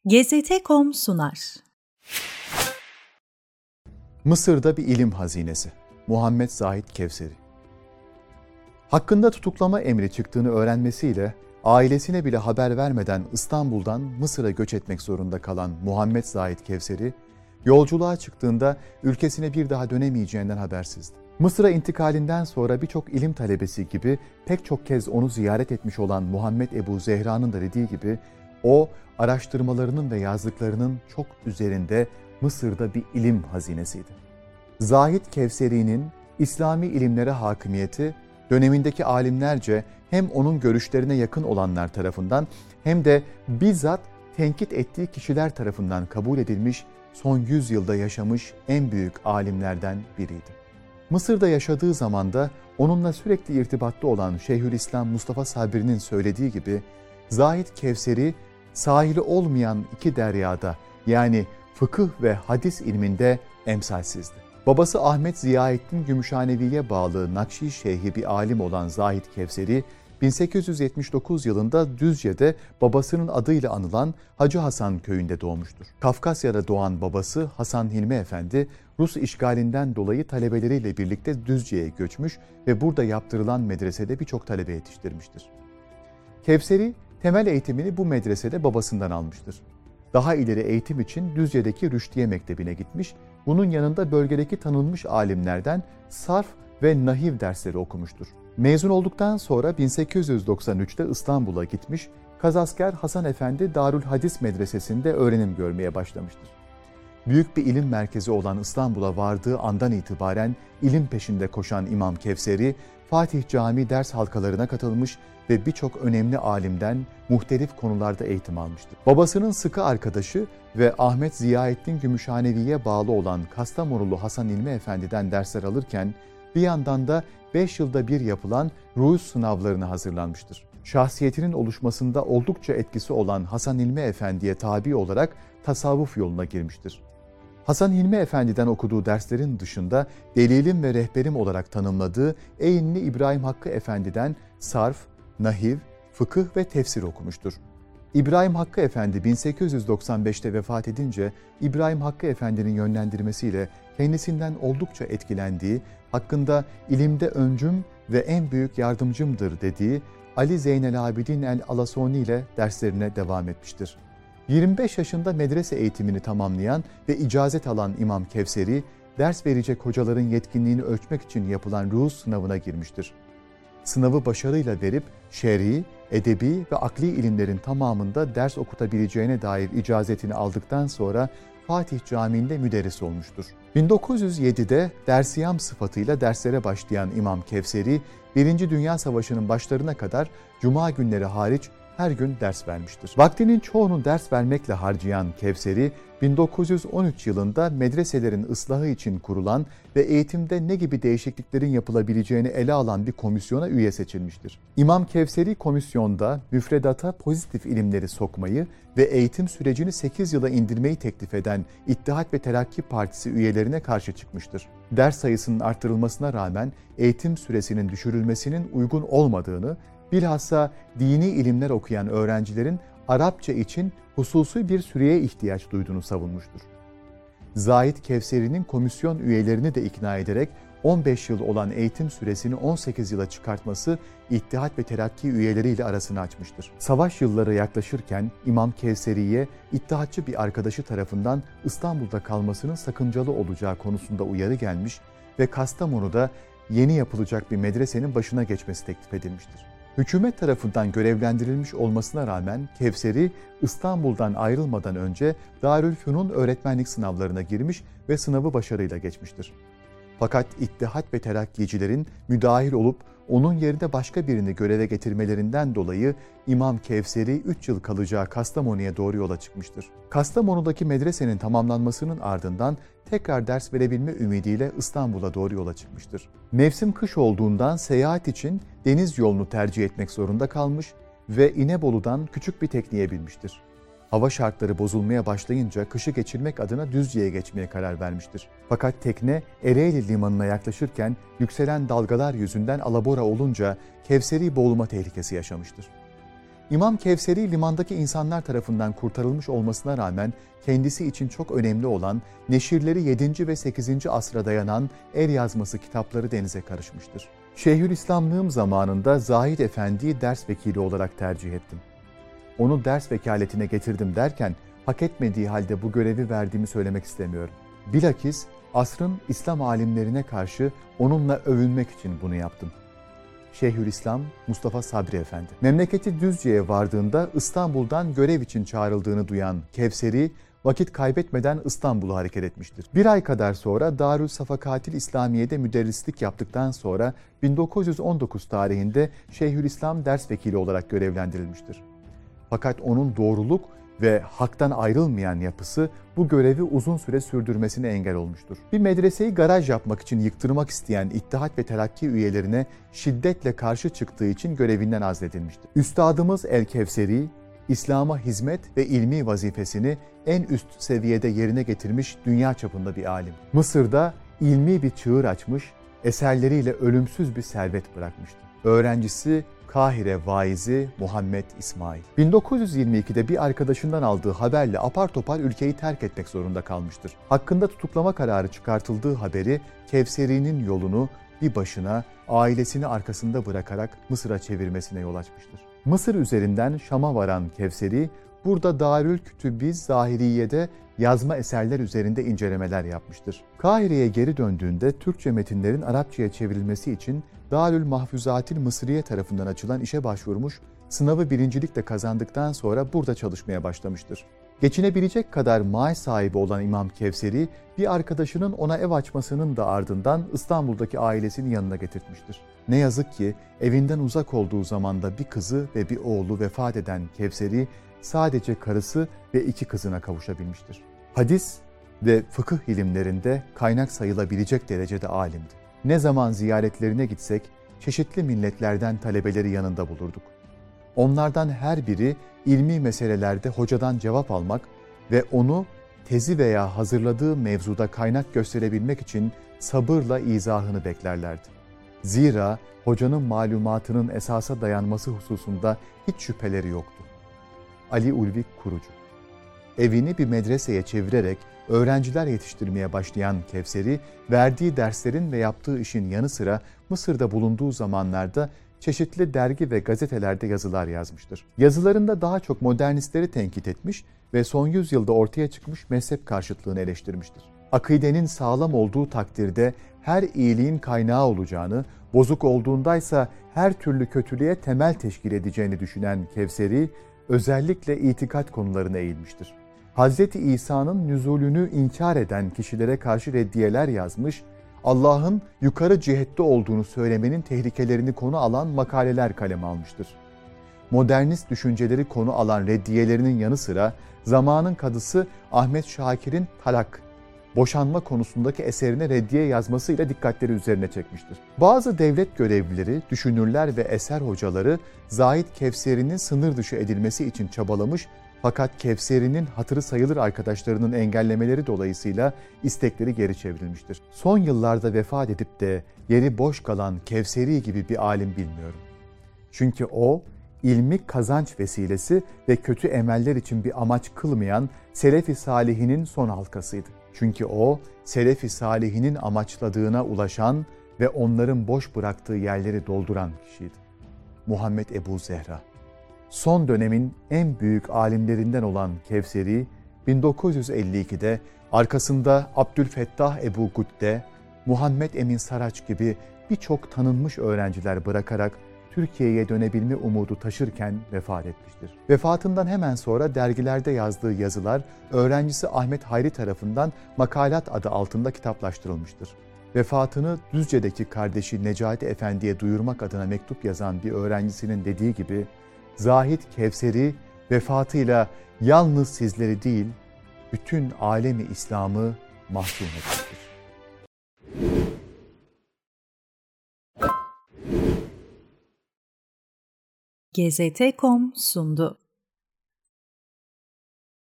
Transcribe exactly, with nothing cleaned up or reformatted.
G Z T nokta com sunar. Mısır'da bir ilim hazinesi. Muhammed Zahid Kevseri. Hakkında tutuklama emri çıktığını öğrenmesiyle ailesine bile haber vermeden İstanbul'dan Mısır'a göç etmek zorunda kalan Muhammed Zahid Kevseri, yolculuğa çıktığında ülkesine bir daha dönemeyeceğinden habersizdi. Mısır'a intikalinden sonra birçok ilim talebesi gibi pek çok kez onu ziyaret etmiş olan Muhammed Ebu Zehra'nın da dediği gibi, o araştırmalarının ve yazdıklarının çok üzerinde Mısır'da bir ilim hazinesiydi. Zahid Kevseri'nin İslami ilimlere hakimiyeti dönemindeki alimlerce hem onun görüşlerine yakın olanlar tarafından hem de bizzat tenkit ettiği kişiler tarafından kabul edilmiş, son yüz yılda yaşamış en büyük alimlerden biriydi. Mısır'da yaşadığı zamanda onunla sürekli irtibatta olan Şeyhülislam Mustafa Sabri'nin söylediği gibi, Zahid Kevseri sahili olmayan iki deryada, yani fıkıh ve hadis ilminde emsalsizdi. Babası Ahmet Ziyaettin Gümüşhanevi'ye bağlı Nakşi Şeyhi bir alim olan Zahid Kevseri, bin sekiz yüz yetmiş dokuz yılında Düzce'de babasının adıyla anılan Hacı Hasan köyünde doğmuştur. Kafkasya'da doğan babası Hasan Hilmi Efendi, Rus işgalinden dolayı talebeleriyle birlikte Düzce'ye göçmüş ve burada yaptırılan medresede birçok talebe yetiştirmiştir. Kevseri, temel eğitimini bu medresede babasından almıştır. Daha ileri eğitim için Düzce'deki Rüşdiye Mektebi'ne gitmiş, bunun yanında bölgedeki tanınmış alimlerden sarf ve nahiv dersleri okumuştur. Mezun olduktan sonra bin sekiz yüz doksan üçte İstanbul'a gitmiş, Kazasker Hasan Efendi Darül Hadis Medresesi'nde öğrenim görmeye başlamıştır. Büyük bir ilim merkezi olan İstanbul'a vardığı andan itibaren ilim peşinde koşan İmam Kevseri, Fatih Camii ders halkalarına katılmış ve birçok önemli alimden muhtelif konularda eğitim almıştır. Babasının sıkı arkadaşı ve Ahmet Ziyaettin Gümüşhanevi'ye bağlı olan Kastamonulu Hasan Hilmi Efendi'den dersler alırken, bir yandan da beş yılda bir yapılan ruhs sınavlarına hazırlanmıştır. Şahsiyetinin oluşmasında oldukça etkisi olan Hasan Hilmi Efendi'ye tabi olarak tasavvuf yoluna girmiştir. Hasan Hilmi Efendi'den okuduğu derslerin dışında delilim ve rehberim olarak tanımladığı Eynli İbrahim Hakkı Efendi'den sarf, nahiv, fıkıh ve tefsir okumuştur. İbrahim Hakkı Efendi bin sekiz yüz doksan beşte vefat edince İbrahim Hakkı Efendi'nin yönlendirmesiyle kendisinden oldukça etkilendiği, hakkında ilimde öncüm ve en büyük yardımcımdır dediği Ali Zeynel Abidin el-Alasoni ile derslerine devam etmiştir. yirmi beş yaşında medrese eğitimini tamamlayan ve icazet alan İmam Kevseri, ders verecek hocaların yetkinliğini ölçmek için yapılan ruhs sınavına girmiştir. Sınavı başarıyla verip şer'i, edebi ve akli ilimlerin tamamında ders okutabileceğine dair icazetini aldıktan sonra Fatih Camii'nde müderris olmuştur. bin dokuz yüz yedide dersiyam sıfatıyla derslere başlayan İmam Kevseri, Birinci Dünya Savaşı'nın başlarına kadar cuma günleri hariç her gün ders vermiştir. Vaktinin çoğunu ders vermekle harcayan Kevseri, bin dokuz yüz on üç yılında medreselerin ıslahı için kurulan ve eğitimde ne gibi değişikliklerin yapılabileceğini ele alan bir komisyona üye seçilmiştir. İmam Kevseri komisyonda müfredata pozitif ilimleri sokmayı ve eğitim sürecini sekiz yıla indirmeyi teklif eden İttihat ve Terakki Partisi üyelerine karşı çıkmıştır. Ders sayısının artırılmasına rağmen eğitim süresinin düşürülmesinin uygun olmadığını, bilhassa dini ilimler okuyan öğrencilerin Arapça için hususi bir süreye ihtiyaç duyduğunu savunmuştur. Zahid Kevseri'nin komisyon üyelerini de ikna ederek on beş yıl olan eğitim süresini on sekiz yıla çıkartması İttihat ve Terakki üyeleriyle arasını açmıştır. Savaş yılları yaklaşırken İmam Kevseri'ye İttihatçı bir arkadaşı tarafından İstanbul'da kalmasının sakıncalı olacağı konusunda uyarı gelmiş ve Kastamonu'da yeni yapılacak bir medresenin başına geçmesi teklif edilmiştir. Hükümet tarafından görevlendirilmiş olmasına rağmen Kevseri İstanbul'dan ayrılmadan önce Darülfünun öğretmenlik sınavlarına girmiş ve sınavı başarıyla geçmiştir. Fakat İttihat ve Terakkicilerin müdahil olup onun yerine başka birini göreve getirmelerinden dolayı İmam Kevseri üç yıl kalacağı Kastamonu'ya doğru yola çıkmıştır. Kastamonu'daki medresenin tamamlanmasının ardından tekrar ders verebilme ümidiyle İstanbul'a doğru yola çıkmıştır. Mevsim kış olduğundan seyahat için deniz yolunu tercih etmek zorunda kalmış ve İnebolu'dan küçük bir tekneye binmiştir. Hava şartları bozulmaya başlayınca kışı geçirmek adına Düzce'ye geçmeye karar vermiştir. Fakat tekne Ereğli limanına yaklaşırken yükselen dalgalar yüzünden alabora olunca Kevseri boğulma tehlikesi yaşamıştır. İmam Kevseri limandaki insanlar tarafından kurtarılmış olmasına rağmen kendisi için çok önemli olan neşirleri yedinci ve sekizinci asra dayanan el yazması kitapları denize karışmıştır. Şeyhülislamlığım zamanında Zahid Efendi'yi ders vekili olarak tercih ettim. Onu ders vekaletine getirdim derken hak etmediği halde bu görevi verdiğimi söylemek istemiyorum. Bilakis asrın İslam alimlerine karşı onunla övünmek için bunu yaptım. Şeyhülislam Mustafa Sabri Efendi. Memleketi Düzce'ye vardığında İstanbul'dan görev için çağrıldığını duyan Kevseri, vakit kaybetmeden İstanbul'a hareket etmiştir. Bir ay kadar sonra Darüssafakatil İslamiye'de müderrislik yaptıktan sonra bin dokuz yüz on dokuz tarihinde Şeyhülislam ders vekili olarak görevlendirilmiştir. Fakat onun doğruluk ve haktan ayrılmayan yapısı bu görevi uzun süre sürdürmesine engel olmuştur. Bir medreseyi garaj yapmak için yıktırmak isteyen İttihat ve Terakki üyelerine şiddetle karşı çıktığı için görevinden azledilmiştir. Üstadımız El-Kevseri, İslam'a hizmet ve ilmi vazifesini en üst seviyede yerine getirmiş dünya çapında bir alim. Mısır'da ilmi bir çığır açmış, eserleriyle ölümsüz bir servet bırakmıştı. Öğrencisi Kahire vaizi Muhammed İsmail. bin dokuz yüz yirmi ikide bir arkadaşından aldığı haberle apar topar ülkeyi terk etmek zorunda kalmıştır. Hakkında tutuklama kararı çıkartıldığı haberi Kevseri'nin yolunu bir başına ailesini arkasında bırakarak Mısır'a çevirmesine yol açmıştır. Mısır üzerinden Şam'a varan Kevseri, burada Darül Kütüb-i Zahiriye'de yazma eserler üzerinde incelemeler yapmıştır. Kahire'ye geri döndüğünde Türkçe metinlerin Arapçaya çevrilmesi için Darül Mahfuzatil Mısriye tarafından açılan işe başvurmuş, sınavı birincilikle kazandıktan sonra burada çalışmaya başlamıştır. Geçinebilecek kadar maaş sahibi olan İmam Kevseri, bir arkadaşının ona ev açmasının da ardından İstanbul'daki ailesini yanına getirtmiştir. Ne yazık ki evinden uzak olduğu zamanda bir kızı ve bir oğlu vefat eden Kevseri, sadece karısı ve iki kızına kavuşabilmiştir. Hadis ve fıkıh ilimlerinde kaynak sayılabilecek derecede alimdi. Ne zaman ziyaretlerine gitsek çeşitli milletlerden talebeleri yanında bulurduk. Onlardan her biri ilmi meselelerde hocadan cevap almak ve onu tezi veya hazırladığı mevzuda kaynak gösterebilmek için sabırla izahını beklerlerdi. Zira hocanın malumatının esasa dayanması hususunda hiç şüpheleri yoktu. Ali Ulvi Kurucu. Evini bir medreseye çevirerek öğrenciler yetiştirmeye başlayan Kevseri, verdiği derslerin ve yaptığı işin yanı sıra Mısır'da bulunduğu zamanlarda çeşitli dergi ve gazetelerde yazılar yazmıştır. Yazılarında daha çok modernistleri tenkit etmiş ve son yüzyılda ortaya çıkmış mezhep karşıtlığını eleştirmiştir. Akidenin sağlam olduğu takdirde her iyiliğin kaynağı olacağını, bozuk olduğundaysa her türlü kötülüğe temel teşkil edeceğini düşünen Kevseri, özellikle itikat konularına eğilmiştir. Hazreti İsa'nın nüzulünü inkar eden kişilere karşı reddiyeler yazmış, Allah'ın yukarı cihette olduğunu söylemenin tehlikelerini konu alan makaleler kaleme almıştır. Modernist düşünceleri konu alan reddiyelerinin yanı sıra zamanın kadısı Ahmet Şakir'in Talak, boşanma konusundaki eserine reddiye yazmasıyla dikkatleri üzerine çekmiştir. Bazı devlet görevlileri, düşünürler ve eser hocaları Zahid Kevseri'nin sınır dışı edilmesi için çabalamış, fakat Kevseri'nin hatırı sayılır arkadaşlarının engellemeleri dolayısıyla istekleri geri çevrilmiştir. Son yıllarda vefat edip de yeri boş kalan Kevseri gibi bir alim bilmiyorum. Çünkü o, ilmi kazanç vesilesi ve kötü emeller için bir amaç kılmayan Selef-i Salihinin son halkasıydı. Çünkü o, Selef-i Salihinin amaçladığına ulaşan ve onların boş bıraktığı yerleri dolduran kişiydi. Muhammed Ebu Zehra. Son dönemin en büyük alimlerinden olan Kevseri, bin dokuz yüz elli ikide arkasında Abdülfettah Ebu Gütte, Muhammed Emin Saraç gibi birçok tanınmış öğrenciler bırakarak Türkiye'ye dönebilme umudu taşırken vefat etmiştir. Vefatından hemen sonra dergilerde yazdığı yazılar öğrencisi Ahmet Hayri tarafından Makalat adı altında kitaplaştırılmıştır. Vefatını Düzce'deki kardeşi Necati Efendi'ye duyurmak adına mektup yazan bir öğrencisinin dediği gibi, Zahid Kevseri vefatıyla yalnız sizleri değil, bütün alemi İslam'ı mahzun etmiştir. G Z T nokta com sundu.